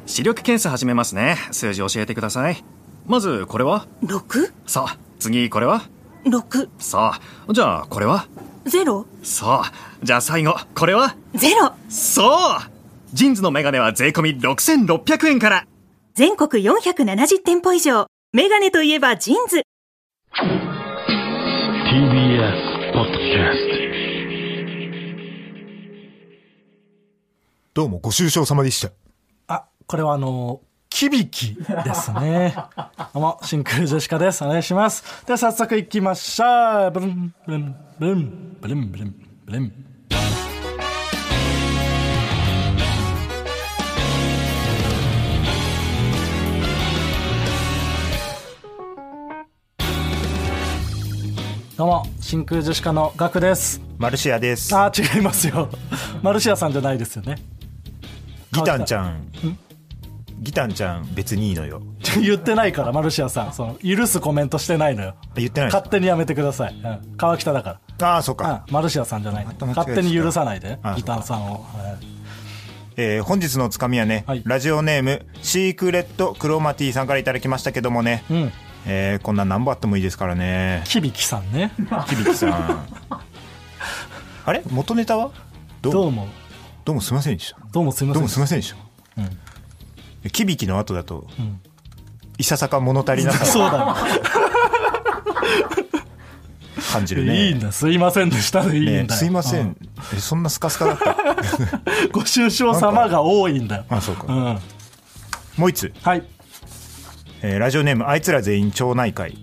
視力検査始めますね。数字教えてください。まずこれは 6？ さあ次これは 6。 さあじゃあこれは 0？ そうじゃあ最後これは 0。 そうジンズのメガネは税込み6600円から。 全国470店舗以上。メガネといえばジーンズ。 TBS ポッドキャスト。どうもご愁傷様でした。 これはキビキですね。どうも真空ジェシカです。お願いします。では早速いきましょう。ブルンブルンブルンブルンブルンブルン。どうも真空ジェシカのガクです。 マルシアです。 違いますよ。マルシアさんじゃないですよね。 ギタンちゃん別にいいのよ。 言ってないからマルシアさん、許すコメントしてないのよ。 言ってない。 勝手にやめてください。川北だから。 そうか。 マルシアさんじゃない。勝手に許さないでギタンさんを。 本日のつかみはね、ラジオネームシークレットクロマティさんからいただきましたけどもね、こんな何本あってもいいですからね。 キビキさんね。 キビキさんあれ元ネタはどうもすいませんでした。 どうもすいませんでした。 キビキの後だと、いささか物足りなさそうだ感じるね。 いいんだ、すいませんでしたでいいんだよ、 すいません、そんなスカスカだったご愁傷様が多いんだよ。 そうか、もう一つ、 はい。 ラジオネームあいつら全員町内会。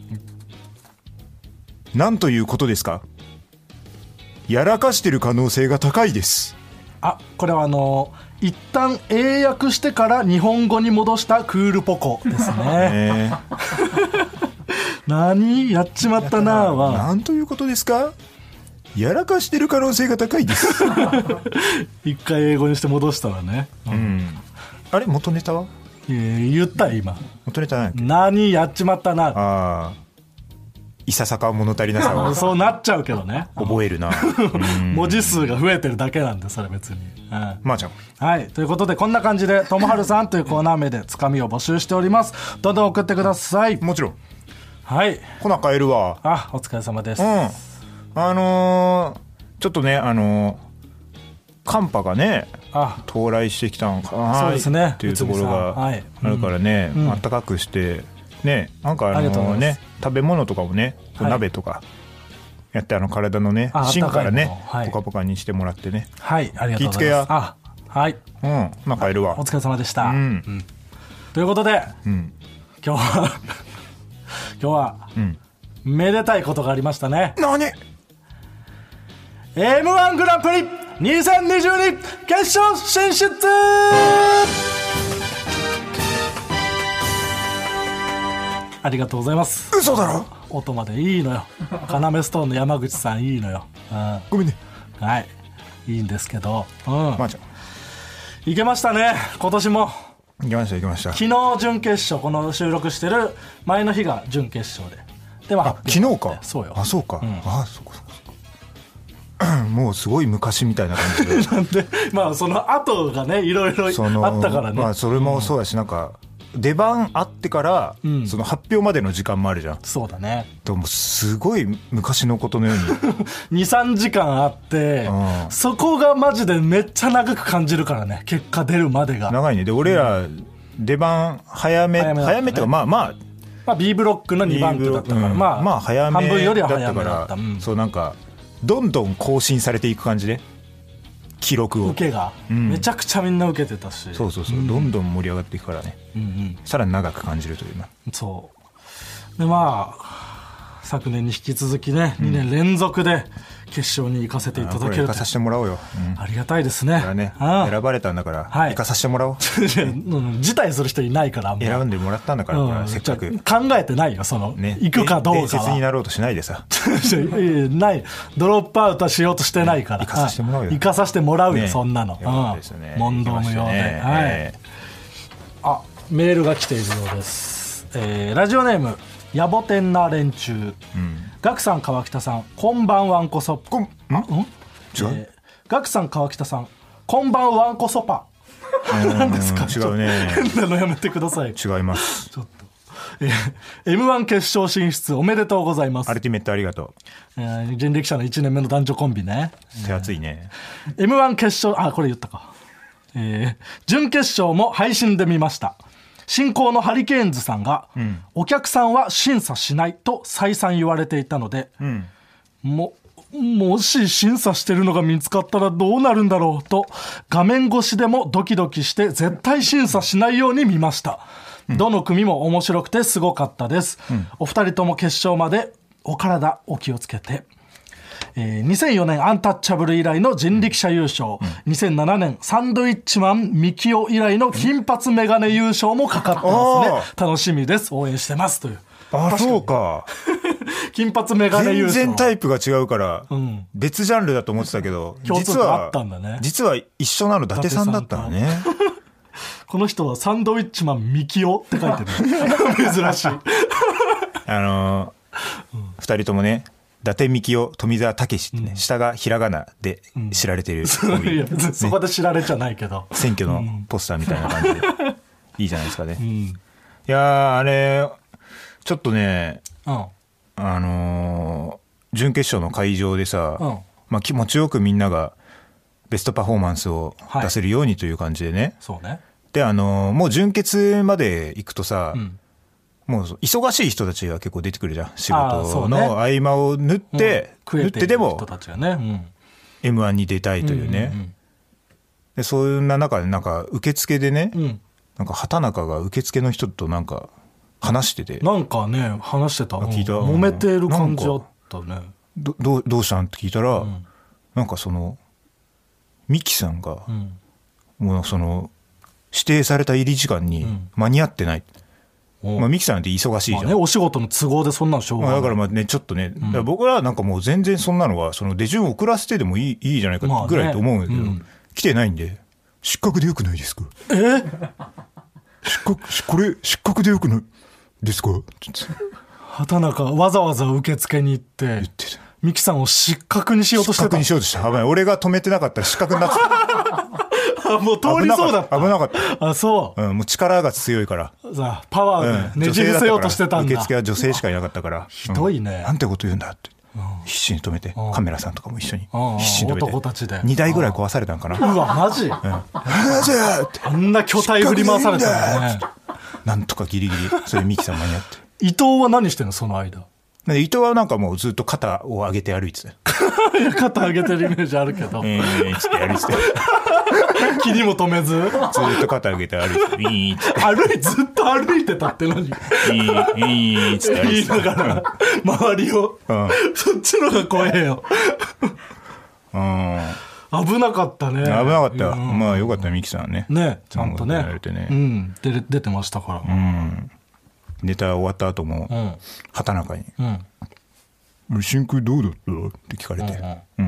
なんということですか。やらかしてる可能性が高いです。 これは一旦英訳してから日本語に戻したクールポコですね。何やっちまったなはなんということですか。やらかしてる可能性が高いです。 一回英語にして戻したらね、 あれ元ネタは言った今。 元ネタなんだっけ。 何やっちまったな。 いささか物足りなさはそうなっちゃうけどね。 覚えるな。 文字数が増えてるだけなんで、それ別に。 まあちゃん。 はい、ということでこんな感じでともはるさんというコーナー名でつかみを募集しております。どんどん送ってください。 もちろん。 はい。 粉買えるわ。 お疲れ様です。 ちょっとね寒波がね到来してきたのかな。 そうですね。 っていうところがあるからね、暖かくしてね、なんかね、食べ物とかもね、鍋とかやって体のね芯からねポカポカにしてもらってね。 はい、ありがとうございます。 気ぃつけや。 はい。 なんかいるわ。 お疲れ様でした。ということで、今日はめでたいことがありましたね。 何 ？M1 グランプリ2022決勝進出。ありがとうございます。 嘘だろ。 音までいいのよ。カナメストーンの山口さんいいのよ。 ごめんね。 はい、いいんですけど、 まあちゃんいけましたね。今年もいけました。 昨日準決勝、この収録してる前の日が準決勝で昨日か。 そうよ。 そうか。そうかもうすごい昔みたいな感じでなんでその後がねいろいろあったからね。 それもそうだし、なんか出番あってから、その発表までの時間もあるじゃん。 そうだね。 でもすごい昔のことのように23時間あって、そこがマジでめっちゃ長く感じるからね。結果出るまでが長いね。で俺ら出番早めっていうか B ブロックの2番手だったから、 早め半分よりは早だったから、そうなんかどんどん更新されていく感じで記録を受けが、めちゃくちゃみんな受けてたし、 そう、どんどん盛り上がっていくからね、さらに長く感じるというな。 そうで昨年に引き続きね、2年連続で決勝に行かせていただけると。 行かさせてもらおうよ、 ありがたいですね。 選ばれたんだから、行かさせてもらおう。 辞退する人いないから選んでもらったんだから、せっかく考えてないよ、行くかどうかは。 伝説になろうとしないでさない、ドロップアウトはしようとしてないから、 行かさせてもらうよ。 行かさせてもらうよ、そんなの。問答無用で。メールが来ているようです。ラジオネーム野暮天な連中。ガクさん川北さんこんばんわんこそ。ガクさん川北さんこんばんわんこそぱ。 何ですか？ 違うね。 変なのやめてください。 違います。 ちょっと。M1 決勝進出おめでとうございます。 アルティメットありがとう。人力車の1年目の男女コンビね。 手厚いね。 M1 決勝、これ言ったか。準決勝も配信で見ました。進行のハリケーンズさんが、お客さんは審査しないと再三言われていたので、もし審査してるのが見つかったらどうなるんだろうと画面越しでもドキドキして絶対審査しないように見ました。どの組も面白くてすごかったです。お二人とも決勝までお体お気をつけて。2004年アンタッチャブル以来の人力車優勝、2007年サンドイッチマンミキオ以来の金髪メガネ優勝もかかってますね。楽しみです。応援してますという。 そうか。 金髪メガネ優勝。 全然タイプが違うから、別ジャンルだと思ってたけど、実は一緒なの伊達さんだったのね。 この人はサンドイッチマンミキオって書いてる。珍しい。 2人ともね、伊達みきお、富澤たけしってね、下がひらがなで知られてる、 そこで知られちゃないけど、 選挙のポスターみたいな感じでいいじゃないですかね。いやあれちょっとね、準決勝の会場でさ、気持ちよくみんながベストパフォーマンスを出せるようにという感じでね。 そうね。 でもう準決まで行くとさ、もう忙しい人たちが結構出てくるじゃん。仕事の合間を縫ってでも M1 に出たいというね。でそんな中でなんか受付でね、なんか畑中が受付の人となんか話してて、 なんかね話してた。 聞いた。 揉めてる感じあったね。 どうしたんって聞いたら、なんかそのミキさんがもうその指定された入り時間に間に合ってない。ミキさんって忙しいじゃん。 お仕事の都合でそんなのしょうがない。 だからねちょっとね、僕らはなんかもう全然そんなのはその出順を遅らせてでもいいじゃないかぐらいと思うんだけど、来てないんで失格でよくないですか。失格でよくないですか。 畑中わざわざ受付に行ってミキさんを失格にしようとしてた。 失格にしようとした。俺が止めてなかったら失格になってた。 もう通りそうだった。 危なかった。 そう。 もう力が強いから。 パワーでねじ伏せようとしてたんだ。 受付は女性しかいなかったから。 ひどいね。 なんてこと言うんだって。必死に止めて、カメラさんとかも一緒に必死に止めて。 男たちで。 2台ぐらい壊されたんかな。 うわ、マジ？ マジって。 あんな巨体振り回されたよね。 なんとかギリギリ、それミキさん間に合って。 伊藤は何してんのその間。 伊藤はなんかもうずっと肩を上げて歩いてたよ。 肩上げてるイメージあるけど。 つって歩いてたよ。 気にも留めず。 ずっと肩上げて歩いてた。 ずっと歩いてたって何？ つって歩いてた。 言いながら周りを、そっちのが怖えよ。危なかったね。 危なかったよ。まあよかったミキさんね。 ね、ちゃんとね。出てましたから。 ネタ終わった後も畑中に「真空どうだった?」って聞かれて、い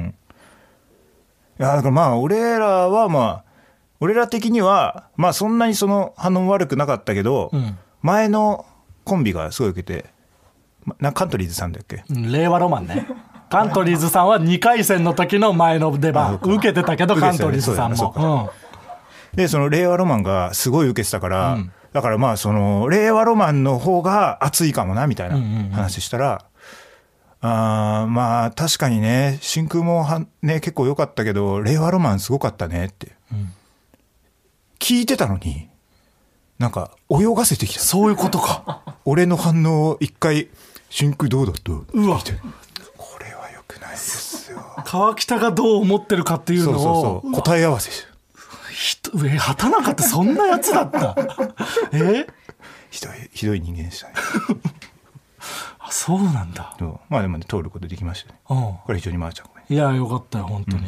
やだからまあ俺ら的にはまあそんなにその反応悪くなかったけど、前のコンビがすごい受けて、カントリーズさんだっけ。 令和ロマンね。カントリーズさんは2回戦の時の前の出番受けてたけど、カントリーズさんも。 でその令和ロマンがすごい受けてたから、だからまあその令和ロマンの方が熱いかもなみたいな話したら、まあ確かにね真空もね結構良かったけど令和ロマンすごかったねって、聞いてたのになんか泳がせてきた。 そういうことか。 俺の反応を一回真空どうだった？ うわ、 これは良くないですよ。 川北がどう思ってるかっていうのを答え合わせして。 畑中ってそんなやつだった？ ひどい人間でしたね。 そうなんだ。 まあでもね通ることできましたね。これ非常にまーちゃん。 いやよかったよ本当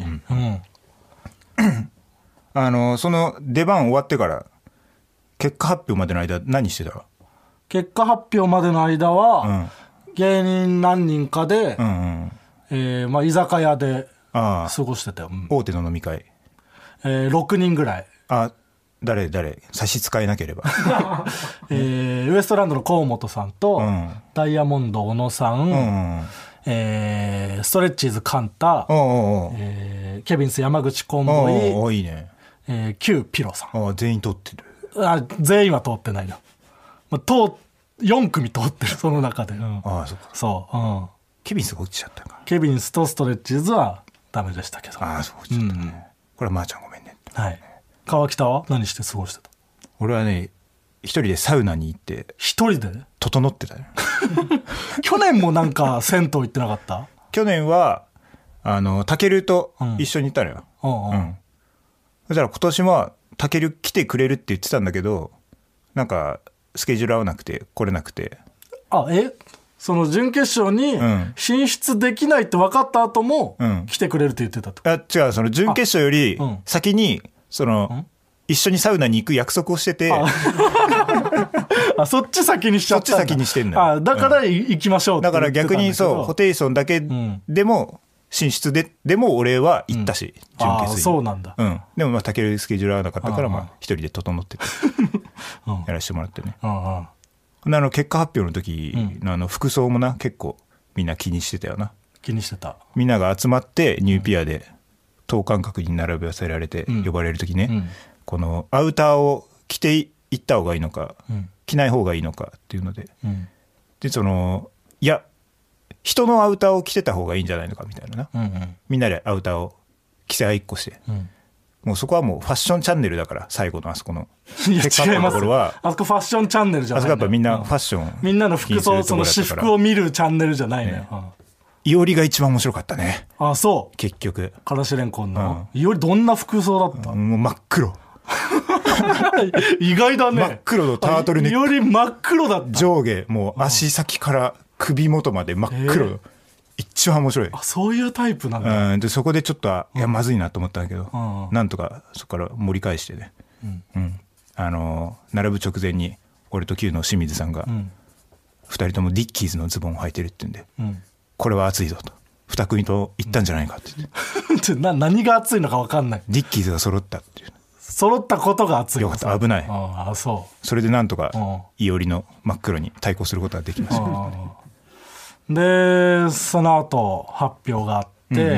に。その出番終わってから結果発表までの間何してた？ 結果発表までの間は、芸人何人かで、まあ居酒屋で過ごしてたよ。 大手の飲み会。 6人ぐらい。 誰差し支えなければ。 ウエストランドの河本さんと、ダイヤモンド小野さん、ストレッチーズカンタ、ケビンス山口コンボイ、 いいね。 旧ピロさん。 全員通ってる。 全員は通ってないな、4組通ってる、その中で。 そうか。 そう、 ケビンスが落ちちゃったか。 ケビンスとストレッチーズはダメでしたけど。 そう落ちちゃったね。これはまーちゃんごめんね。 はい。川北は何して過ごしてた？ 俺はね、一人でサウナに行って。 一人で？ 整ってたね。 去年もなんか銭湯行ってなかった？ 去年はタケルと一緒に行ったのよ。そしたら今年もタケル来てくれるって言ってたんだけど、なんかスケジュール合わなくて来れなくて。 その準決勝に進出できないって分かった後も来てくれるって言ってたと。 違う、その準決勝より先に一緒にサウナに行く約束をしてて。 そっち先にしちゃったんだ。 そっち先にしてんだよ。 だから行きましょうって言ってたんだけど。 だから逆にそう、ホテイソンだけでも進出でも俺は行ったし、準決勝。 そうなんだ。 でもタケルスケジュール合わなかったから一人で整っててやらせてもらってね。結果発表の時の服装もな、結構みんな気にしてたよな。 気にしてた。 みんなが集まってニューピアで等間隔に並べさせられて呼ばれる時ね、このアウターを着ていった方がいいのか、着ない方がいいのかっていうので、でいや人のアウターを着てた方がいいんじゃないのかみたいなな、みんなでアウターを着せ合いっこして、もうそこはもうファッションチャンネルだから、最後のあそこの結果のところはあそこファッションチャンネルじゃない、 あそこやっぱみんなファッション、 みんなの服装、その私服を見るチャンネルじゃないね。 いおりが一番面白かったね。 そう結局からしれんこんの、いおりどんな服装だった？ もう真っ黒。 意外だね。 真っ黒のタートルネック。 いおり真っ黒だった。 上下もう足先から首元まで真っ黒。一番面白い。 そういうタイプなんだ。 でそこでちょっとまずいなと思ったんだけど、なんとかそこから盛り返してね、並ぶ直前に俺と Q の清水さんが2人ともディッキーズのズボンを履いてるって言うんで、これは熱いぞと2組と言ったんじゃないかって言って、 何が熱いのか分かんない。 ディッキーズが揃ったっていう、揃ったことが熱い。 よかった、危ない。それでなんとかいおりの真っ黒に対抗することができました。 でその後発表があって、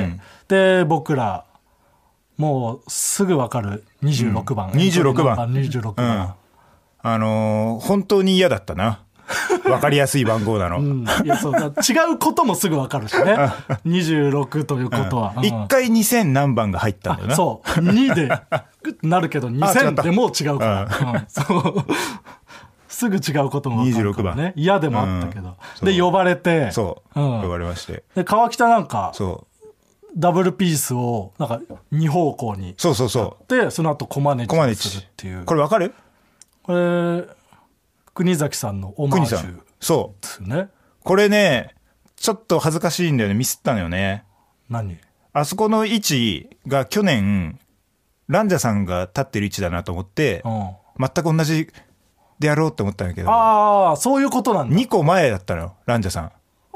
で僕らもうすぐ分かる26番、 26番、本当に嫌だったな。分かりやすい番号なの。 いやそうだ、違うこともすぐ分かるしね。26ということは 1回2000何番が入ったんだよな。 そう2でなるけど2000でも違うから、そうすぐ違うことも分かるからね。嫌でもあったけど、で呼ばれて、 呼ばれまして、 で川北なんかダブルピースをなんか2方向にで、その後コマネチにするっていう。 これ分かる？ これ国崎さんのオマージュですね。 これねちょっと恥ずかしいんだよね。ミスったのよね。 何？ あそこの位置が去年ランジャさんが立ってる位置だなと思って、全く同じでやろうって思ったんだけど、 そういうことなんだ。 2個前だったのよランジャさん。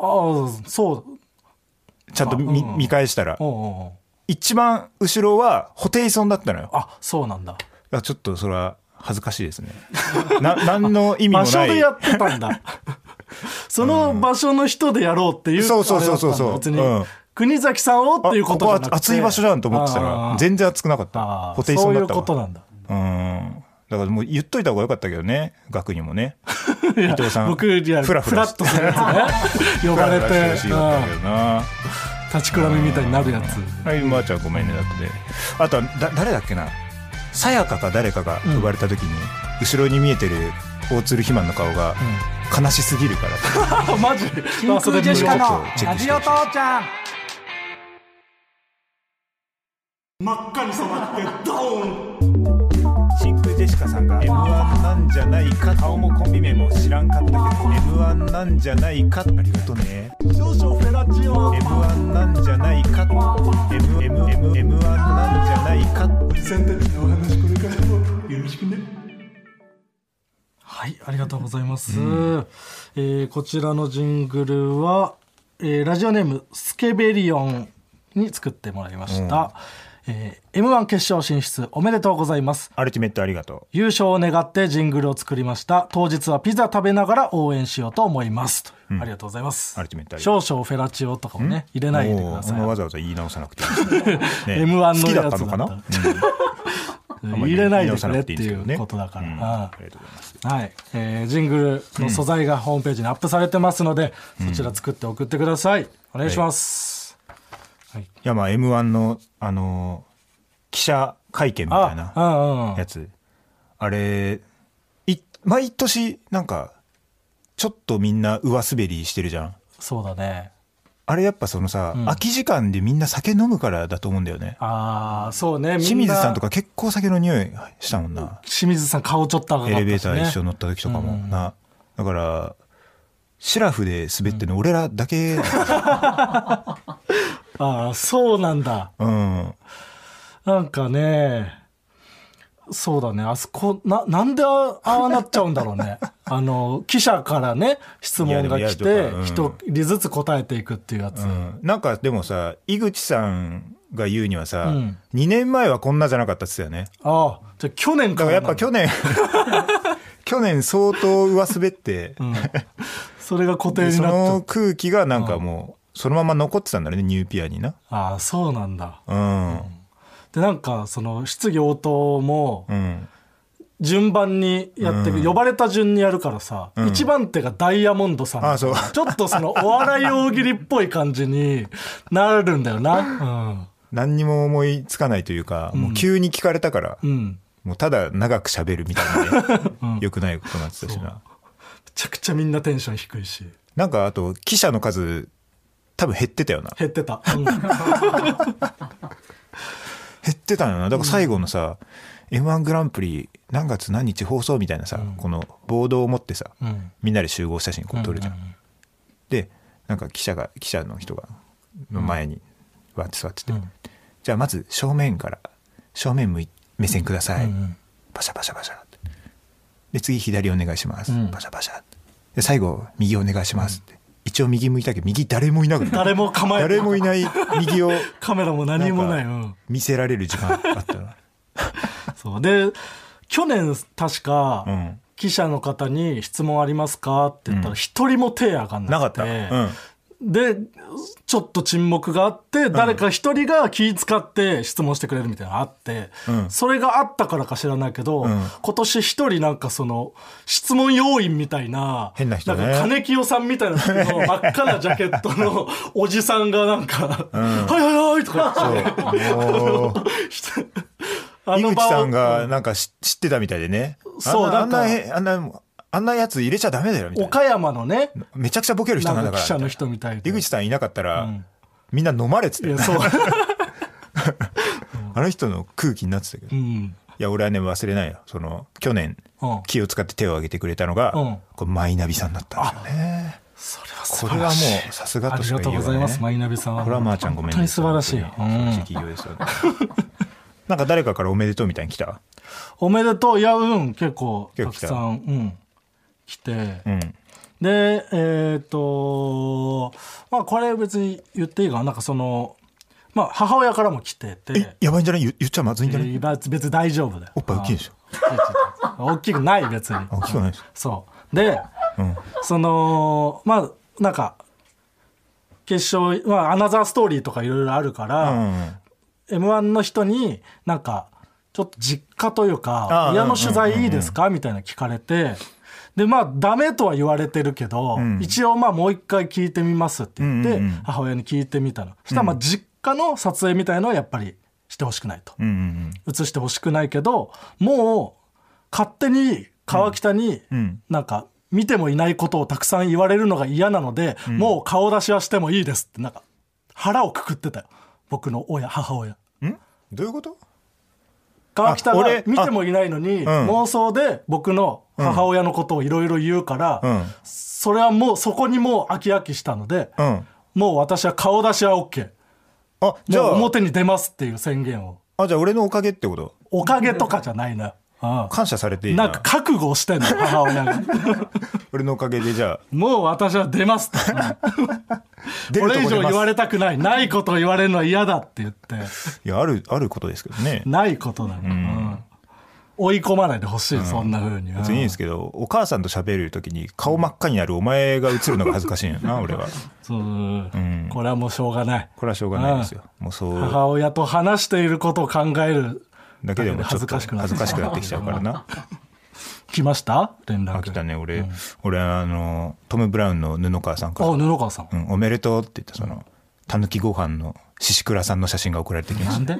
そうちゃんと見返したら、一番後ろはホテイソンだったのよ。 そうなんだ。 ちょっとそれは恥ずかしいですね。何の意味もない場所でやってたんだ。その場所の人でやろうっていう。 そう別に国崎さんをっていうことじゃなくて、 ここ熱い場所じゃんと思ってたら全然熱くなかった。ホテイソンだったわ。 そういうことなんだ。 だからもう言っといた方がよかったけどね、学にもね。伊藤さん僕フラッとするやつね。呼ばれて立ちくらみみたいになるやつ。 はい、まーちゃんごめんね。だってあとは誰だっけな、さやかか誰かが呼ばれた時に、後ろに見えてる大鶴ひまんの顔が悲しすぎるからマジ真空ジェシカのラジオ父ちゃん。 真っ赤に染まってドーン。 真空ジェシカさんが M1 なんじゃないか、顔もコンビ名も知らんかったけど M1 なんじゃないか、ありがとね。 少々フェラチオ M1 なんじゃないか、M1 なんじゃないか。 おじさんたちのお話これからもよろしくね。はい、ありがとうございます。こちらのジングルは、ラジオネームスケベリオンに作ってもらいました。M1 決勝進出おめでとうございます。 アルティメットありがとう。 優勝を願ってジングルを作りました。当日はピザ食べながら応援しようと思います。ありがとうございます。 アルティメットありがとう。 少々フェラチオとかもね、入れないでください。 わざわざ言い直さなくていい、 M1 のやつ好きだったのかな。 入れないでくれっていうことだから、 ありがとうございます。 はい、ジングルの素材がホームページにアップされてますので、そちら作って送ってください。お願いします。 いや、まあ M1 の記者会見みたいなやつ、あれ毎年なんかちょっとみんな上滑りしてるじゃん。 そうだね。 あれやっぱそのさ、空き時間でみんな酒飲むからだと思うんだよね。 ああ、そうね。 清水さんとか結構酒の匂いしたもんな。 清水さん顔ちょっと赤かったしね。 エレベーター一緒乗った時とかもな。だからシラフで滑ってるの俺らだけ。 ああ、そうなんだ。なんかね、そうだね、あそこなんでああなっちゃうんだろうね。記者からね質問が来て一人ずつ答えていくっていうやつ、 なんかでもさ、井口さんが言うにはさ、2年前はこんなじゃなかったっつったよね。 ああ、じゃあ去年からだからやっぱ去年相当上滑って、 それが固定になっちゃう。 その空気がなんかもうそのまま残ってたんだね、ニューピアにな。 ああ、そうなんだ。でなんかその質疑応答も順番にやっていく、呼ばれた順にやるからさ、1番手がダイヤモンドさん、ちょっとそのお笑い大喜利っぽい感じになるんだよな。 何にも思いつかないというか、もう急に聞かれたから、もうただ長く喋るみたいなね、よくないことになってたしな。めちゃくちゃみんなテンション低いし、 なんかあと記者の数多分減ってたよな。 減ってた、 減ってたよな。だから最後のさ、M1 グランプリ何月何日放送みたいなさ、このボードを持ってさ、みんなで集合写真こう撮るじゃん。でなんか記者の人がの前にわって座ってて、じゃあまず正面目線ください、パシャパシャパシャって、で次左お願いします、パシャパシャって、で最後右お願いしますって、一応右向いたけど右誰もいなくて、 誰も構え誰もいない右をカメラも何もない、 見せられる時間あったの。 そうで去年確か、記者の方に質問ありますかって言ったら一人も手上がんなくて、 なかった。 でちょっと沈黙があって、誰か一人が気遣って質問してくれるみたいなのがあって、それがあったからか知らないけど、今年一人なんかその質問要員みたいな、 変な人ね、 なんか金清さんみたいな真っ赤なジャケットのおじさんがなんか「はいはいはい」とか言って井口さんがなんか知ってたみたいでね。 そう、 あんなやつ入れちゃダメだよみたいな。 岡山のね、 めちゃくちゃボケる人なんだから。 記者の人みたいで。 井口さんいなかったら、みんな飲まれてたよね。あの人の空気になってたけど。いや俺はね忘れないよ。その去年気を使って手を挙げてくれたのが、これマイナビさんだったんですよね。 それは素晴らしい。 これはもうさすがとしか言いようがない。 ありがとうございます。マイナビさんはこれはまーちゃんごめんね。 本当に素晴らしい。 企業ですよね。なんか誰かからおめでとうみたいに来た？ おめでとう、いや結構たくさん来て、でまあこれ別に言っていいかな、なんかそのまあ母親からも来てて、 やばいんじゃない？言っちゃまずいんじゃない？ 別に大丈夫だよ。 おっぱい大きいんですよ。 大きくない別に。 大きくないです。 そうで、そのまあなんか決勝、まあアナザーストーリーとかいろいろあるから、M1 の人になんかちょっと実家というか親の取材いいですかみたいな聞かれて、でまあダメとは言われてるけど、一応まあもう一回聞いてみますって言って母親に聞いてみたの。そしたらまあ実家の撮影みたいのはやっぱりしてほしくないと、映してほしくないけど、もう勝手に川北になんか見てもいないことをたくさん言われるのが嫌なので、もう顔出しはしてもいいですってなんか腹をくくってたよ、僕の母親。 どういうこと？ 川北が見てもいないのに妄想で僕の母親のことをいろいろ言うから、それはもうそこにもう飽き飽きしたので、もう私は顔出しは OK、じゃあ表に出ますっていう宣言を。 じゃあ俺のおかげってこと？ おかげとかじゃないな、 感謝されていいな。 なんか覚悟をしてんの母親が俺のおかげでじゃあもう私は出ますとこれ以上言われたくない、ないことを言われるのは嫌だって言って。 いやあることですけどね。 ないことなの、追い込まないでほしい、そんな風に。 別にいいんですけど、お母さんと喋る時に顔真っ赤になるお前が映るのが恥ずかしいんよな俺は。 そう、これはもうしょうがない。 これはしょうがないですよ。もうそう母親と話していることを考えるだけでもちょっと恥ずかしくなってきちゃうからな。 来ました連絡。 来たね。俺トム・ブラウンの布川さんから、 布川さん、 おめでとうって言ったそのたぬきご飯の宍倉さんの写真が送られてきました。 なんで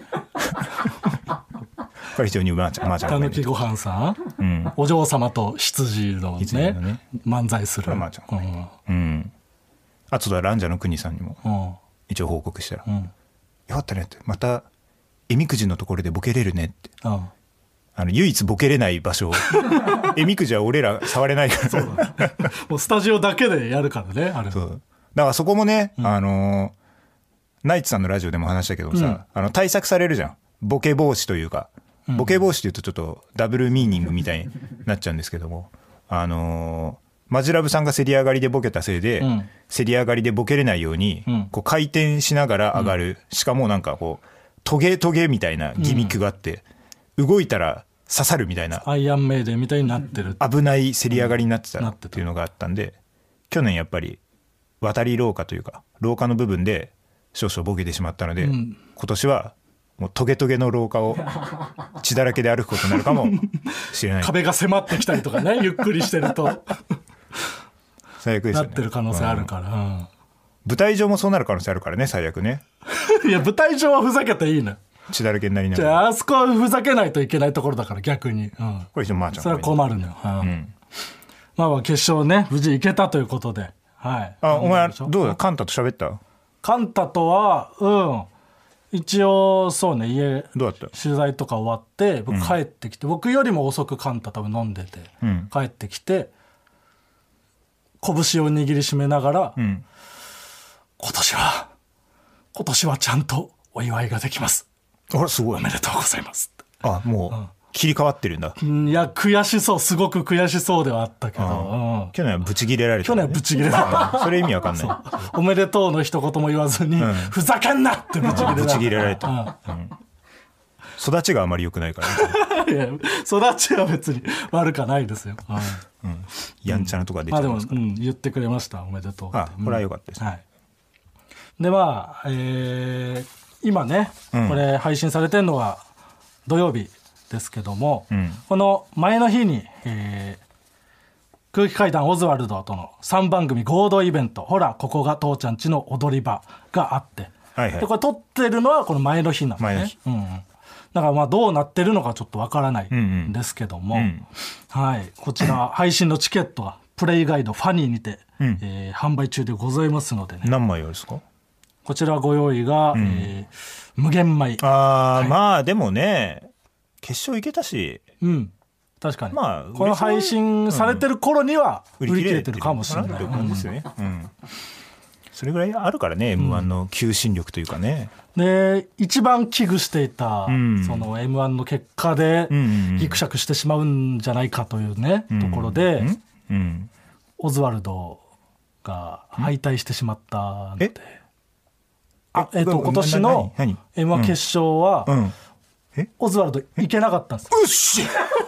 これ非常にまーちゃんたぬきご飯さん、お嬢様と羊のね漫才するまーちゃん、あとはランジャの国さんにも一応報告したら、よかったねって、またえみくじのところでボケれるねって、唯一ボケれない場所えみくじは俺ら触れないからそうだもうスタジオだけでやるからねあれ。 そうだからそこもね、ナイツさんのラジオでも話したけどさ、対策されるじゃん、ボケ防止というか、ボケ防止っていうとちょっとダブルミーニングみたいになっちゃうんですけども、マジラブさんがせり上がりでボケたせいで、せり上がりでボケれないように、こう回転しながら上がる、しかもなんかこうトゲトゲみたいなギミックがあって、動いたら刺さるみたいな、 アイアンメイデンみたいになってる、 危ないせり上がりになってたっていうのがあったんで、去年やっぱり渡り廊下というか廊下の部分で少々ボケてしまったので、今年はもうトゲトゲの廊下を血だらけで歩くことになるかもしれない壁が迫ってきたりとかねゆっくりしてると最悪ですよね、 なってる可能性あるから、 舞台上もそうなる可能性あるからね、最悪ねいや舞台上はふざけていいの、 血だらけになりながじゃああそこはふざけないといけないところだから逆に、 これ一応まーちゃんそれは困るのよ、まあ決勝ね無事行けたということで、 お前どうだ、カンタと喋った？ カンタとは一応そうね、家どうだった？ 取材とか終わって僕帰ってきて、僕よりも遅くカンタ多分飲んでて、帰ってきて拳を握りしめながら、今年はちゃんとお祝いができます、 あらすごい、 おめでとうございますって。 もう切り替わってるんだ。 いや悔しそう、すごく悔しそうではあったけど、 去年はブチギレられた、 去年はブチギレられたそれ意味わかんないおめでとうの一言も言わずに、ふざけんなってブチギレられた、 育ちがあまり良くないからねいや育ちは別に悪かないですよ、 やんちゃなとこが出ちゃいますから、 でも、言ってくれました、おめでとうって。 これは良かったです、 でまあ、今ね、これ配信されてるのは土曜日ですけども、この前の日に、空気階段オズワルドとの3番組合同イベント、ほらここが父ちゃんちの踊り場があって、でこれ撮ってるのはこの前の日なんですね、だからまあどうなってるのかちょっとわからないんですけども、こちら配信のチケットはプレイガイドファニーにて、販売中でございますのでね。 何枚あるんですか？ こちらご用意が、無限米。 まあでもね決勝行けたし、 確かに、この配信されてる頃には売り切れてるかもしれない、 それぐらいあるからね、M1 の求心力というかね。 で一番危惧していた、その M1 の結果でギクシャクしてしまうんじゃないかというね、ところで、オズワルドが敗退してしまったので、今年の M1 決勝は、オズワルド行けなかったんです。 うっし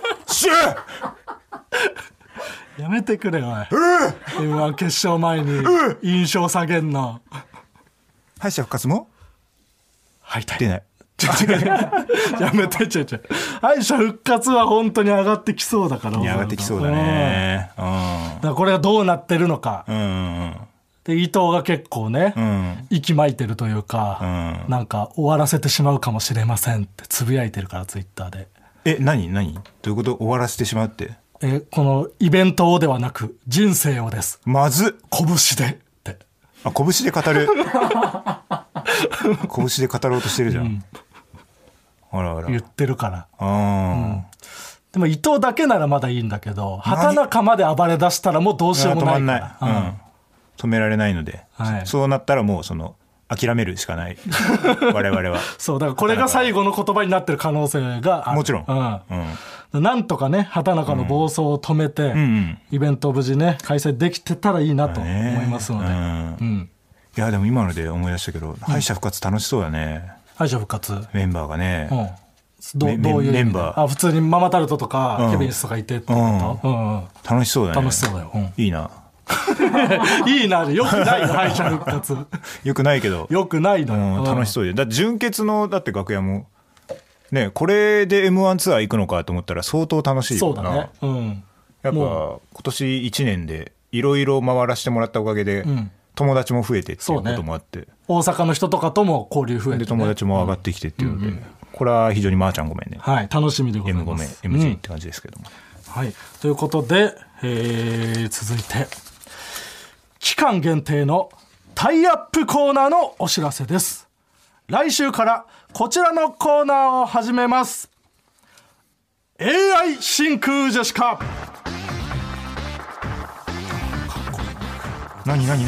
やめてくれおい、M1 決勝前に印象下げんの。 敗者復活も敗退出ないやめて敗者復活は本当に上がってきそうだから、 上がってきそうだね、 だからこれがどうなってるのか、で伊藤が結構ね、息巻いてるというか、なんか終わらせてしまうかもしれませんってつぶやいてるから、ツイッターで。 何どういうこと？終わらせてしまうって？ このイベントをではなく人生をです。 まず拳でって拳で語る拳で語ろうとしてるじゃん、あら言ってるから、でも伊藤だけならまだいいんだけど、畑中まで暴れ出したらもうどうしようもないから、 止められないので、そうなったらもう諦めるしかない我々は。 そうだからこれが最後の言葉になってる可能性がある。 もちろん、 なんとかね畑中の暴走を止めて、イベントを無事ね開催できてたらいいなと思いますので、 いやでも今ので思い出したけど、敗者復活楽しそうだね。 敗者復活メンバーがね、 どういうメンバー、 普通にママタルトとか、ケビンスとかいてってこと、 楽しそうだね。 楽しそうだよ、 いいな。 いいなでよくないよ敗者復活。 よくないけどよくないのよ、 楽しそうで。だって純潔のだって楽屋もね、これで M1 ツアー行くのかと思ったら相当楽しいよな。 そうだね、うん、 やっぱ今年1年でいろいろ回らせてもらったおかげで、友達も増えてっていうこともあって、 大阪の人とかとも交流増えて、ね、 で友達も上がってきてっていうので、これは非常にまーちゃんごめんね、 はい、楽しみでございます。 M ごめん MG って感じですけども、 はい、ということで、続いて期間限定のタイアップコーナーのお知らせです。来週からこちらのコーナーを始めます。 AI 真空ジェシカ。 何キ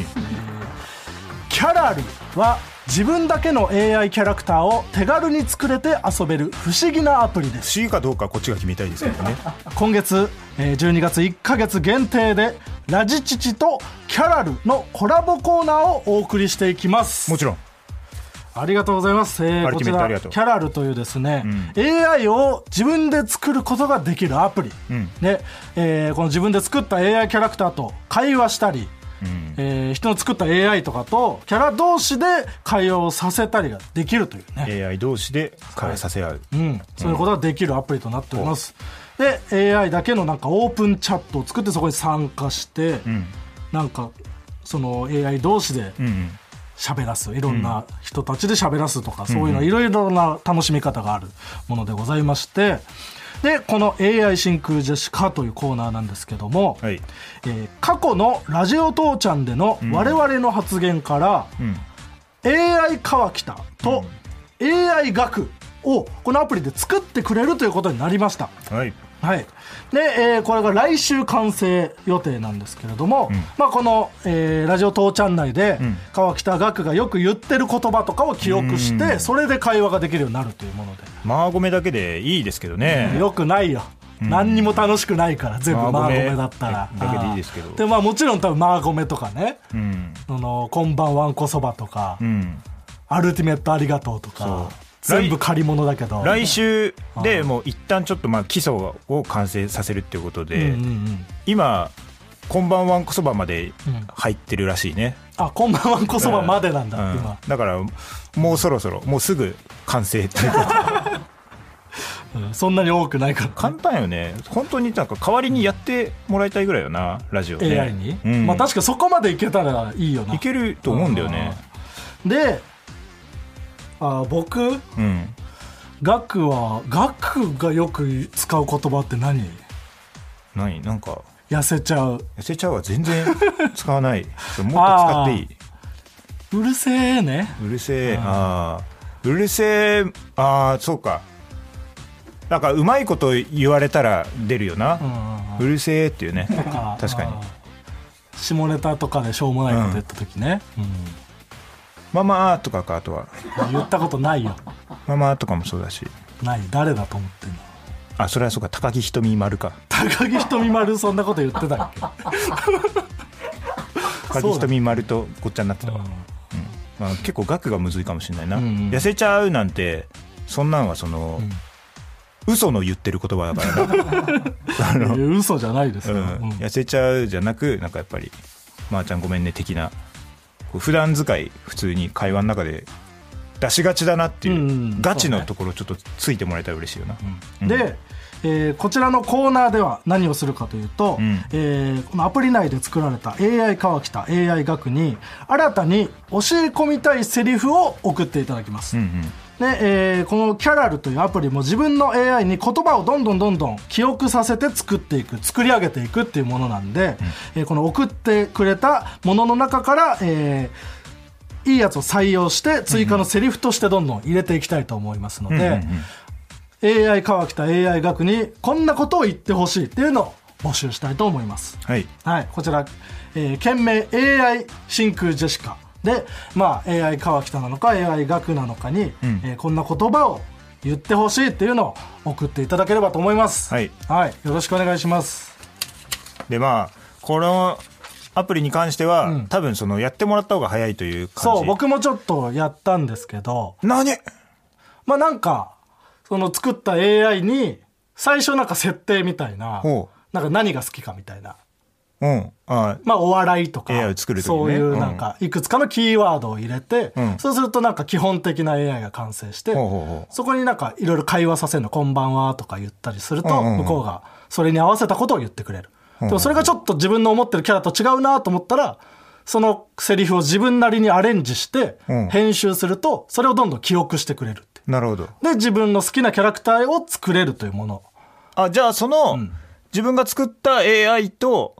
ャラルは自分だけの AI キャラクターを手軽に作れて遊べる不思議なアプリです。 不思議かどうかこっちが決めたいですけどね。 今月12月1ヶ月限定でラジチチとキャラルのコラボコーナーをお送りしていきます。 もちろんありがとうございます。こちらキャラルというですね、AI を自分で作ることができるアプリ、でこの自分で作った AI キャラクターと会話したり、人の作った AI とかとキャラ同士で会話をさせたりができるというね、 AI 同士で会話させ合う、 そういうことができるアプリとなっております。で AI だけのなんかオープンチャットを作ってそこに参加して、なんかその AI 同士で喋らす、いろんな人たちで喋らすとか、そういうのいろいろな楽しみ方があるものでございまして、でこの AI 真空ジェシカというコーナーなんですけども、はい、過去のラジオ父ちゃんでの我々の発言から、AI 川北と AI 学をこのアプリで作ってくれるということになりました。はい、はい、で、これが来週完成予定なんですけれども、この、ラジオ父ちゃん内で、川北学がよく言ってる言葉とかを記憶して、それで会話ができるようになるというもので、 マーゴメだけでいいですけどね、 よくないよ、何にも楽しくないから全部マーゴメだったらだけでいいですけど、 で、もちろん多分マーゴメとかね、こんばんわんこそばとか、アルティメットありがとうとか全部借り物だけど、 来週でもう一旦ちょっと基礎を完成させるっていうことで、今こんばんわんこそばまで入ってるらしいね、 こんばんわんこそばまでなんだ、今だからもうそろそろもうすぐ完成っていうことそんなに多くないから、ね、 簡単よね本当に。なんか代わりにやってもらいたいぐらいよな、ラジオね AI に、確かそこまでいけたらいいよな、 いけると思うんだよね。 で僕、ガクがよく使う言葉って何なんか痩せちゃうは全然使わないもっと使っていい。 うるせえね、 うるせえ、うるせえ、そうか、なんかうまいこと言われたら出るよな、うるせえっていうね、確かに下ネタとかでしょうもないこと言った時ね、 ママとかか、あとは言ったことないよママとかもそうだし、 誰だと思ってんの。 それはそうか、高木ひとみ丸か。 高木ひとみ丸そんなこと言ってたっけ高木ひとみ丸とごっちゃになってたわ、結構額がむずいかもしれないな、痩せちゃうなんてそんなんはその、嘘の言ってる言葉だからな嘘じゃないですよ、 痩せちゃうじゃなく、なんかやっぱりまーちゃんごめんね的な、普段使い普通に会話の中で出しがちだなっていう、ガチのところちょっとついてもらえたら嬉しいよな、 で、こちらのコーナーでは何をするかというと、このアプリ内で作られた AI 川北 AI 学に新たに教え込みたいセリフを送っていただきます、で、このキャラルというアプリも自分の AI に言葉をどんどん記憶させて作り上げていくっていうものなんで、この送ってくれたものの中から、いいやつを採用して追加のセリフとしてどんどん入れていきたいと思いますので、AI 川北 AI 学にこんなことを言ってほしいっていうのを募集したいと思います。はい、こちら、件名 AI 真空ジェシカで、AI 川北なのか AI 学なのかに、こんな言葉を言ってほしいっていうのを送っていただければと思います。はい、よろしくお願いします。 でこのアプリに関しては、多分そのやってもらった方が早いという感じ。 そう、僕もちょっとやったんですけど、なんかその作った AI に最初なんか設定みたいな、なんか何が好きかみたいなまあお笑いとか AI を作る時ね、 そういうなんかいくつかのキーワードを入れて、そうするとなんか基本的な AI が完成して、そこになんかいろいろ会話させるの、こんばんはとか言ったりすると、向こうがそれに合わせたことを言ってくれる。でもそれがちょっと自分の思ってるキャラと違うなと思ったら、そのセリフを自分なりにアレンジして編集すると、それをどんどん記憶してくれるって。 なるほど。 で自分の好きなキャラクターを作れるというもの。 じゃあその、自分が作った AI と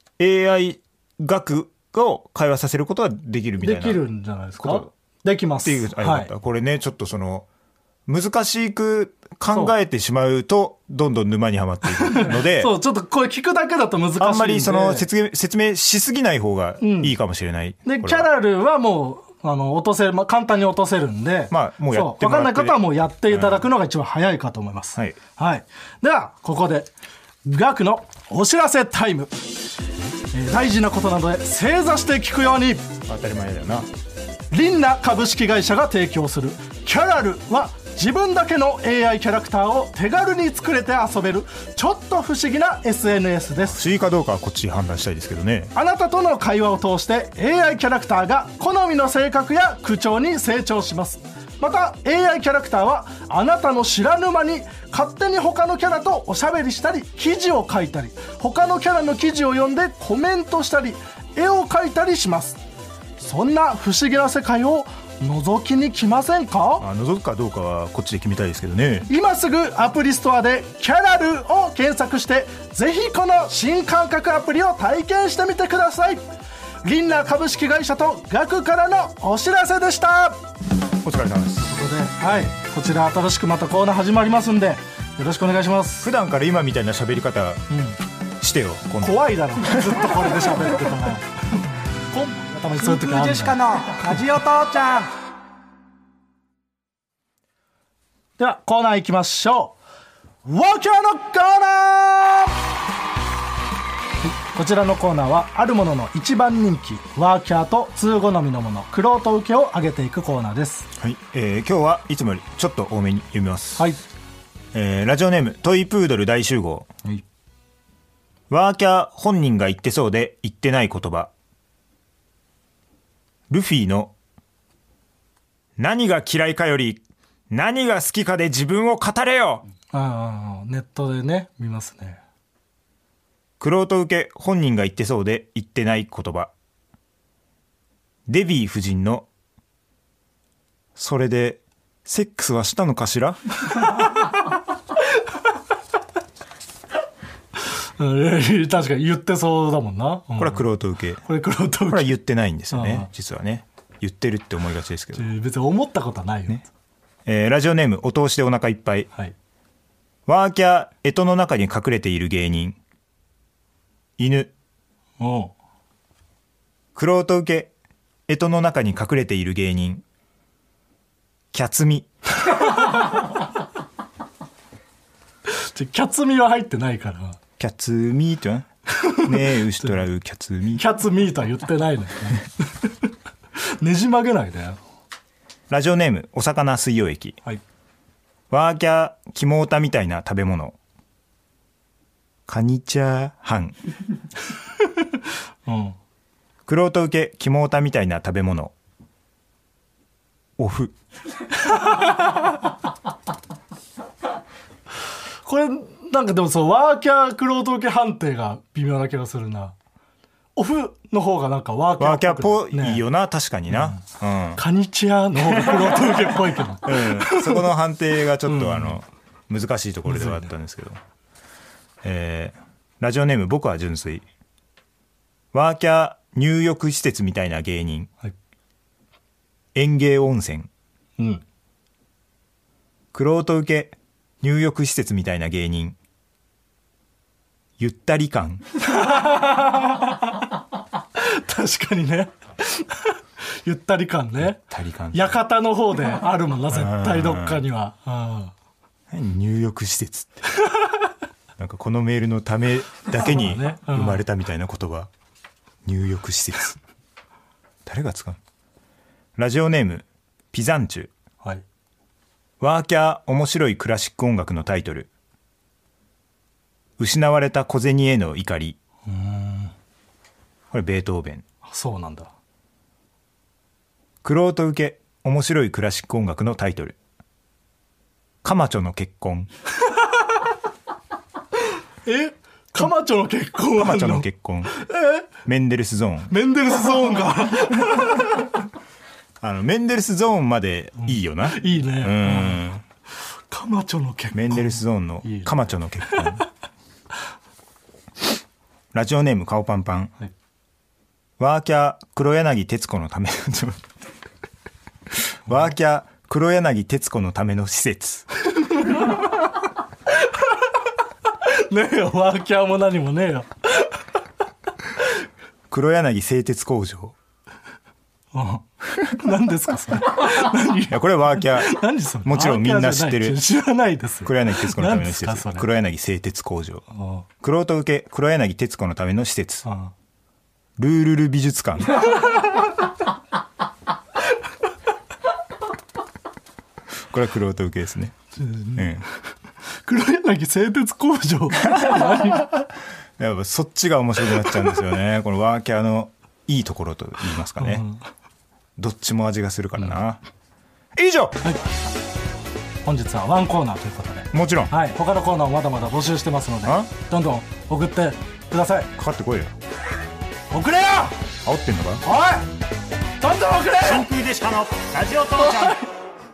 AI 学を会話させることはできるみたいな。 できるんじゃないですか。できます。 はい、これねちょっとその難しく考えてしまうとどんどん沼にはまっていくのでそうちょっとこれ聞くだけだと難しいんで、 あんまりその説明しすぎない方がいいかもしれない、 でキャラルはもう落とせる、簡単に落とせるんで、 もうやってもらって、 分かんない方はもうやっていただくのが一番早いかと思います、はいはい、ではここでガクのお知らせタイム、大事なことなので正座して聞くように。 当たり前だよな。 リンナ株式会社が提供するキャラルは自分だけの AI キャラクターを手軽に作れて遊べるちょっと不思議な SNS です。 不思議かどうかはこっち判断したいですけどね。 あなたとの会話を通して AI キャラクターが好みの性格や口調に成長します。また AI キャラクターはあなたの知らぬ間に勝手に他のキャラとおしゃべりしたり記事を書いたり、他のキャラの記事を読んでコメントしたり絵を描いたりします。そんな不思議な世界を覗きに来ませんか？ 覗くかどうかはこっちで決めたいですけどね。 今すぐアプリストアでキャラルを検索してぜひこの新感覚アプリを体験してみてください。リンナー株式会社とガクからのお知らせでした。 お疲れ様です。 ということで、はい、こちら新しくまたコーナー始まりますんでよろしくお願いします。 普段から今みたいな喋り方してよ、 怖いだろずっとこれで喋ってたらたまにそういう時あるんだよ。 ジェシカのラジオ父ちゃん。 ではコーナー行きましょう。ワーキャーのコーナー、こちらのコーナーはあるものの一番人気ワーキャーと通好みのもの、玄人受けを上げていくコーナーです。 はい、今日はいつもよりちょっと多めに読みます。 はい、 ラジオネームトイプードル大集合、はい、ワーキャー本人が言ってそうで言ってない言葉。ルフィの何が嫌いかより何が好きかで自分を語れよ。 ネットでね見ますね。 玄人受け本人が言ってそうで言ってない言葉。デヴィ夫人のそれでセックスはしたのかしら確かに言ってそうだもんな、 これは玄人受け。 これ玄人受け。 これは言ってないんですよね、実はね。言ってるって思いがちですけど、 別に思ったことはないよ、ね。 ラジオネームお通しでお腹いっぱい、はい、ワーキャー干支の中に隠れている芸人。犬。玄人受け干支の中に隠れている芸人。キャツミ。 キャツミは入ってないから。 キャツミーとねえウシトラウキャツミー。 キャツミーとは言ってないのよね。ねじ曲げないで。 ラジオネームお魚水溶液、はい、ワーキャー肝オタみたいな食べ物。カニチャーハン。玄人受け肝オタみたいな食べ物。おふ。 これなんかでもそうワーキャー玄人受け判定が微妙な気がするな。オフの方がなんかワーキャーっぽいよな、ね、確かにな、 カニチャーの方が玄人受けっぽいけど、 そこの判定がちょっと難しいところではあったんですけど、ラジオネーム僕は純粋。ワーキャー入浴施設みたいな芸人、はい、園芸温泉。玄人受け入浴施設みたいな芸人。ゆったり感。 確かにね。ゆったり感ね。ゆったり感。館の方であるもんな、絶対どっかには。 入浴施設って。なんかこのメールのためだけに生まれたみたいな言葉。入浴施設。誰が使うの？ラジオネームピザンチュ。はい。ワーキャー面白いクラシック音楽のタイトル。失われた小銭への怒り。 これベートーベン。 そうなんだ。 玄人受け面白いクラシック音楽のタイトル、カマチョの結婚。 カマチョの結婚。 カマチョの結婚。メンデルスゾーン。 メンデルスゾーンがメンデルスゾーンまでいいよな。 いいね。カマチョの結婚。 メンデルスゾーンのカマチョの結婚。ラジオネーム顔パンパン。はい、ワーキャー黒柳徹子のためワーキャー黒柳徹子のための施設。 ねえよ、ワーキャーも何もねえよ。 黒柳製鉄工場。 何ですかそれ。 いやこれワーキャー。 何それ。 もちろんみんな知ってる。 知らないですよ。 黒柳徹子のための施設。黒柳製鉄工場。玄人受け黒柳徹子のための施設。ルールル美術館。これは玄人受けですね。 黒柳製鉄工場。 やっぱそっちが面白くなっちゃうんですよね。このワーキャーのいいところと言いますかね。どっちも味がするからな。以上、 本日はワンコーナーということで。 もちろん、 他のコーナーもまだまだ募集してますので、どんどん送ってください。 かかってこいよ。 送れよ。 煽ってんのか。 おい、どんどん送れ。 真空ジェシカのラジオ父ちゃん。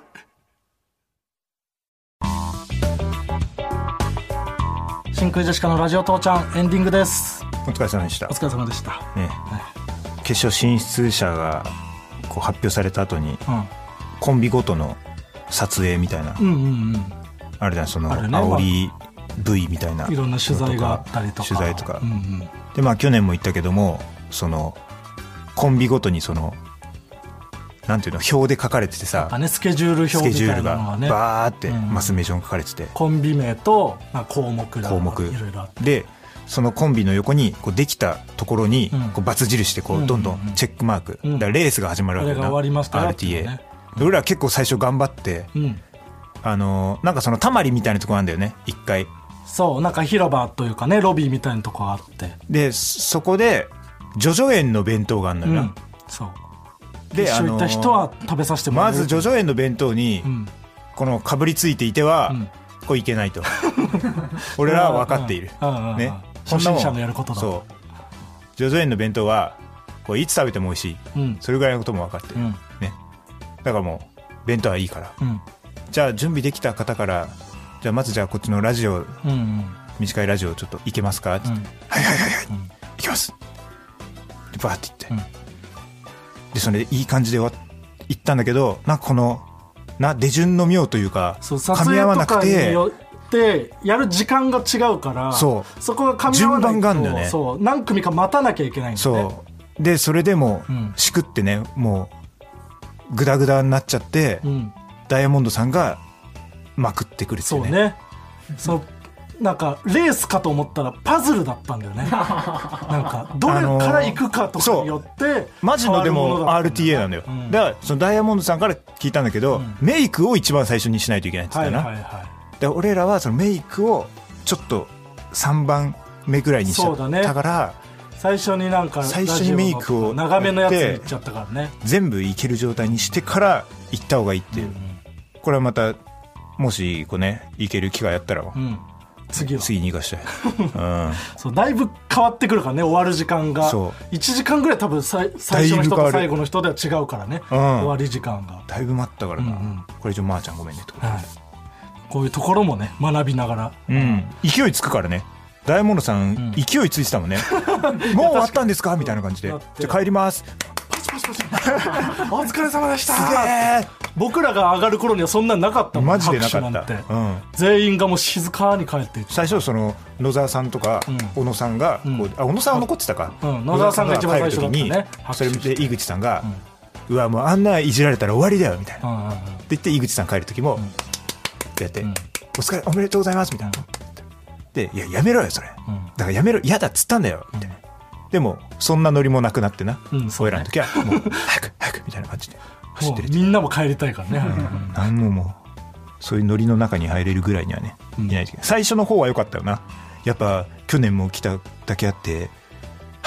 真空ジェシカのラジオ父ちゃん、エンディングです。 お疲れ様でした。 お疲れ様でした、 決勝進出者がこう発表された後に、コンビごとの撮影みたいな、あれだ、その煽り V みたいな、 いろんな取材があったりとか、 取材とか、で去年も言ったけども、そのコンビごとにそのなんていうの、表で書かれててさ、 スケジュール表みたいなのがね、 バーってマスメーション書かれてて、 コンビ名と項目いろいろあって、 でそのコンビの横にこうできたところにこうバツ印でこうどんどんチェックマーク、だからレースが始まるわけだな、 RTA。 俺ら結構最初頑張って、なんかそのたまりみたいなところなんだよね、一回。 そう、なんか広場というかね、ロビーみたいなとこがあって、でそこでジョジョ園の弁当があるのよな、 そうで、一緒に行った人は食べさせてもらえる。 まずジョジョ園の弁当にこのかぶりついていては、これいけないと俺らは分かっている、ね、 初心者のやることだ。 そうジョジョ園の弁当はこれいつ食べても美味しい、それぐらいのことも分かってる、ね、だからもう弁当はいいから、じゃあ準備できた方から、じゃあまずじゃあこっちのラジオ、短いラジオちょっといけますかって言って、はいはいはいはい、いきますでバーって言って、でそれでいい感じで行ったんだけど、なんかこの出順の妙というか噛み合わなくて、 でやる時間が違うから、そこが噛み合わないと順番があるんだよね。そう、何組か待たなきゃいけないんだよね。そうでそれでもしくってね、もうグダグダになっちゃって、ダイヤモンドさんがまくってくるっていうね。そうね、そうなんかレースかと思ったらパズルだったんだよね。なんかどれから行くかとかによってマジのでも RTA なんだよ、だからそのダイヤモンドさんから聞いたんだけど、メイクを一番最初にしないといけないって言ったよな、で俺らはそのメイクをちょっと3番目ぐらいにしちゃったから、 最初になんか最初にメイクを長めのやつにいっちゃったからね、 全部いける状態にしてから行った方がいいっていう、これはまたもしこうね行ける機会あったら、次に行かしたい、 そうだいぶ変わってくるからね、終わる時間が1時間ぐらい多分最初の人と最後の人では違うからね、終わり時間がだいぶ待ったからな、これ以上まーちゃんごめんねと、 こういうところもね学びながら、 勢いつくからね。ダイヤモンドさん、勢いついてたもんね。もう終わったんですかみたいな感じで、じゃあ帰ります、 パチパチパチお疲れ様でした。すげえ。僕らが上がる頃にはそんなんなかったもん。 マジでなかった、 全員がもう静かに帰っていって、 最初その野沢さんとか小野さんが小野さんは残ってたか、 野沢さんが一番最初だったね。 それ見て井口さんが、うわもうあんないじられたら終わりだよみたいなって言って、井口さん帰る時もってやって、お疲れおめでとうございますみたいなで、いややめろよそれ、だからやめろ、嫌だっつったんだよみたいな、でもそんなノリもなくなってな、俺らの時はもう早く早くみたいな感じで走ってる。 みんなも帰りたいからね。 何もそういうノリの中に入れるぐらいにはね、いないといけない。最初の方は良かったよな。やっぱ去年も来ただけあって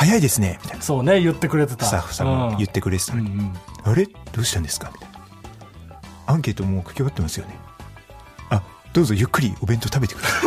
早いですねみたいな、 そうね、言ってくれてたスタッフさんが言ってくれてたのに、あれどうしたんですかみたいな、アンケートもう書き終わってますよね、あ、どうぞゆっくりお弁当食べてくださ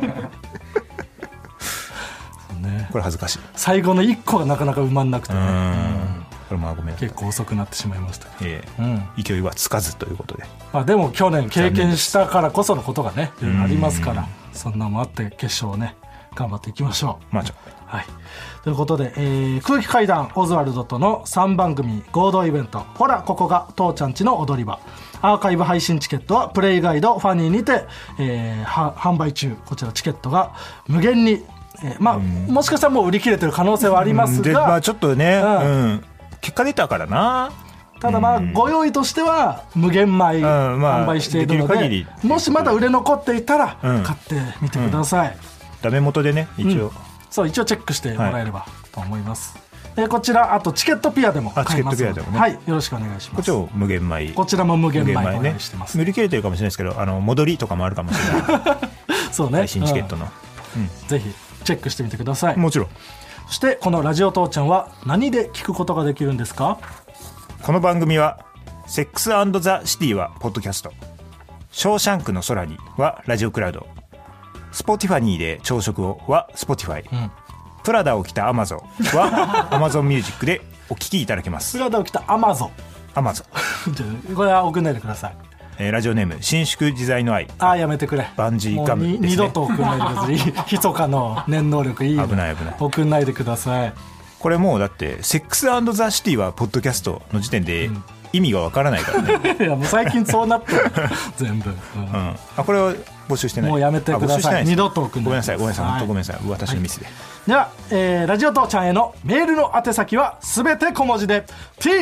いね、これ恥ずかしい。 最後の1個がなかなか埋まんなくてね、 これまあごめん、 結構遅くなってしまいましたけど、 勢いはつかずということで、 まあ、でも去年経験したからこそのことがねいろいろありますから、そんなのもあって決勝をね頑張っていきましょう。 まあはい、ということで、空気階段オズワルドとの3番組合同イベント、ほらここが父ちゃんちの踊り場、アーカイブ配信チケットはプレイガイドファニーにて、販売中。こちらチケットが無限に、まあ、もしかしたらもう売り切れてる可能性はありますが、 まあ、ちょっとね、結果出たからな。 ただまあご用意としては無限枚販売しているので、もしまだ売れ残っていたら買ってみてください。 ダメ元でね、一応、 そう一応チェックしてもらえればと思います。こちらあとチケットピアでも買えますので、はい、よろしくお願いします。 こっちも無限枚、 こちらも無限枚お願いしてます。 売り切れてるかもしれないですけど、戻りとかもあるかもしれないそうね、 配信チケットの、 ぜひチェックしてみてください。 もちろん。 そしてこのラジオ父ちゃんは何で聞くことができるんですか？ この番組はセックス&ザ・シティはポッドキャスト、ショーシャンクの空にはラジオクラウド、スポティファニーで朝食をはスポティファイ、プラダを着たアマゾンはアマゾンミュージックでお聞きいただけます。 プラダを着たアマゾンこれは送んないでください。 ラジオネーム伸縮自在の愛。 やめてくれ、 バンジーガムですね。 二度と送んないでください。ひそかの念能力いい、 危ない送んないでください。 これもうだってセックス&ザ・シティはポッドキャストの時点で意味がわからないからね。 いやもう最近そうなってる全部、 これを募集してない。 もうやめてください。二度と送んない。 ごめんなさい本当ごめんなさい、私のミスで。 では、ラジオ父ちゃんへのメールの宛先はすべて小文字で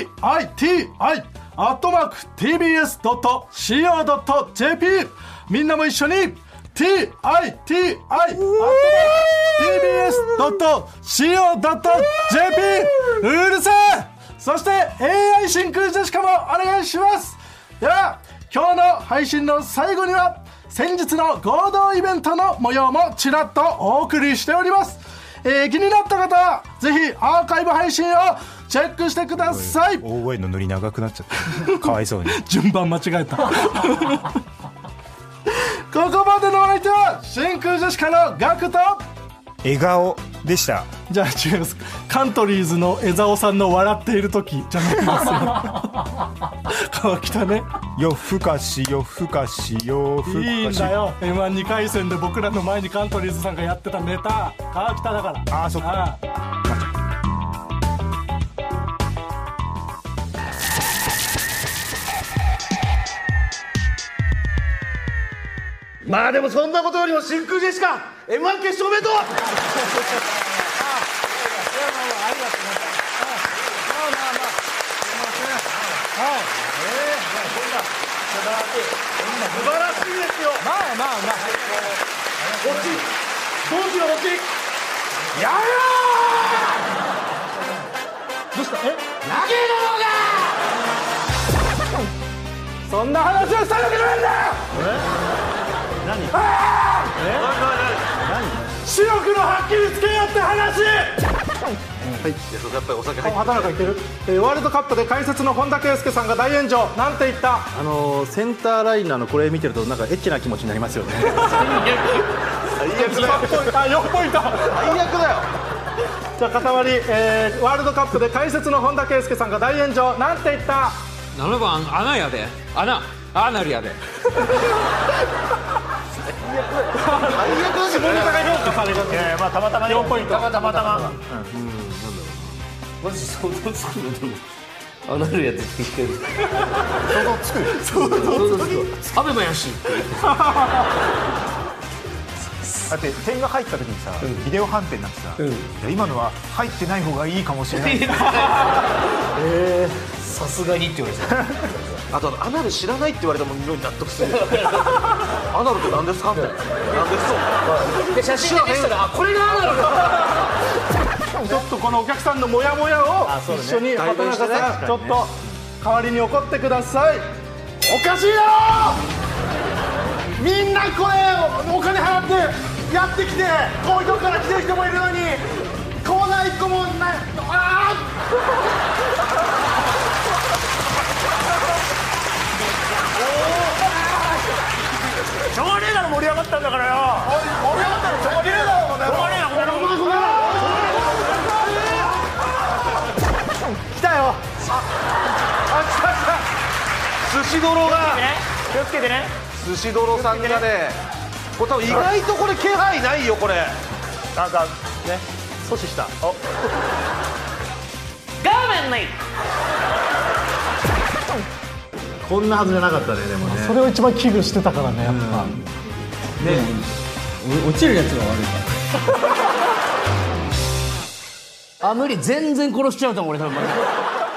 TITI@tbs.co.jp。 みんなも一緒に TITI@tbs.co.jp。 うるせえ。そして AI 真空ジェシカもお願いします。では今日の配信の最後には先日の合同イベントの模様もちらっとお送りしております。気になった方はぜひアーカイブ配信をチェックしてください。 大声のノリ長くなっちゃったかわいそうに順番間違えたここまでのお相手は真空ジェシカのガクと笑顔でした。 じゃあ違います。カントリーズの江澤さんの笑っている時じゃないですよ川北ね、 夜更かし夜更かし夜更かし。 いいんだよ、 M12 回戦で僕らの前にカントリーズさんがやってたネタ川北だから。 そっか。 まあでもそんなことよりも真空ジェシカ M1 決勝おめでとう。素晴らしいですよ。 まあこっち当時のこっちやめろー。どうした？投げろがそんな話をしたわけじゃないんだよ。白黒はっきりつけようって話。 はい、やっぱりお酒入って畑中いける。ワールドカップで解説の本田圭佑さんが大炎上。なんて言った？ センターライナーのこれ見てるとなんかエッチな気持ちになりますよね。最悪だよ。 4ポイント。 最悪だよ。 じゃあ塊、ワールドカップで解説の本田圭佑さんが大炎上。なんて言った？ 7番穴やで、アナルやで。 最悪だし、 下ネタが評価される。 いやまあたまたま 4ポイント。 たまたまマジ想像つくのでもアナルやでって言ってる。想像つく。アベマやしって言って。 だって点が入った時にさ、ビデオ判定になってさ、いや今のは入ってない方がいいかもしれない。 さすがにって言われてた。 あとアナル知らないって言われたもん妙に納得する。アナルって何ですかみたいな。何ですか。 で写真で見せたら、これがアナルだ。 ちょっとこのお客さんのモヤモヤを一緒に畑中さん、ちょっと代わりに怒ってください。 おかしいだろ。みんなこれお金払ってやってきて、東京から来てる人もいるのにコーナー1個もなし泥が気をつけてね。 寿司泥さんがね、これ多分意外とこれ気配ないよこれ。 なんかね、阻止した。お、 画面ない。 こんなはずじゃなかったね。でもねそれを一番危惧してたからね、やっぱ。 落ちるやつが悪いから。あ、無理、全然殺しちゃうと思う俺多分。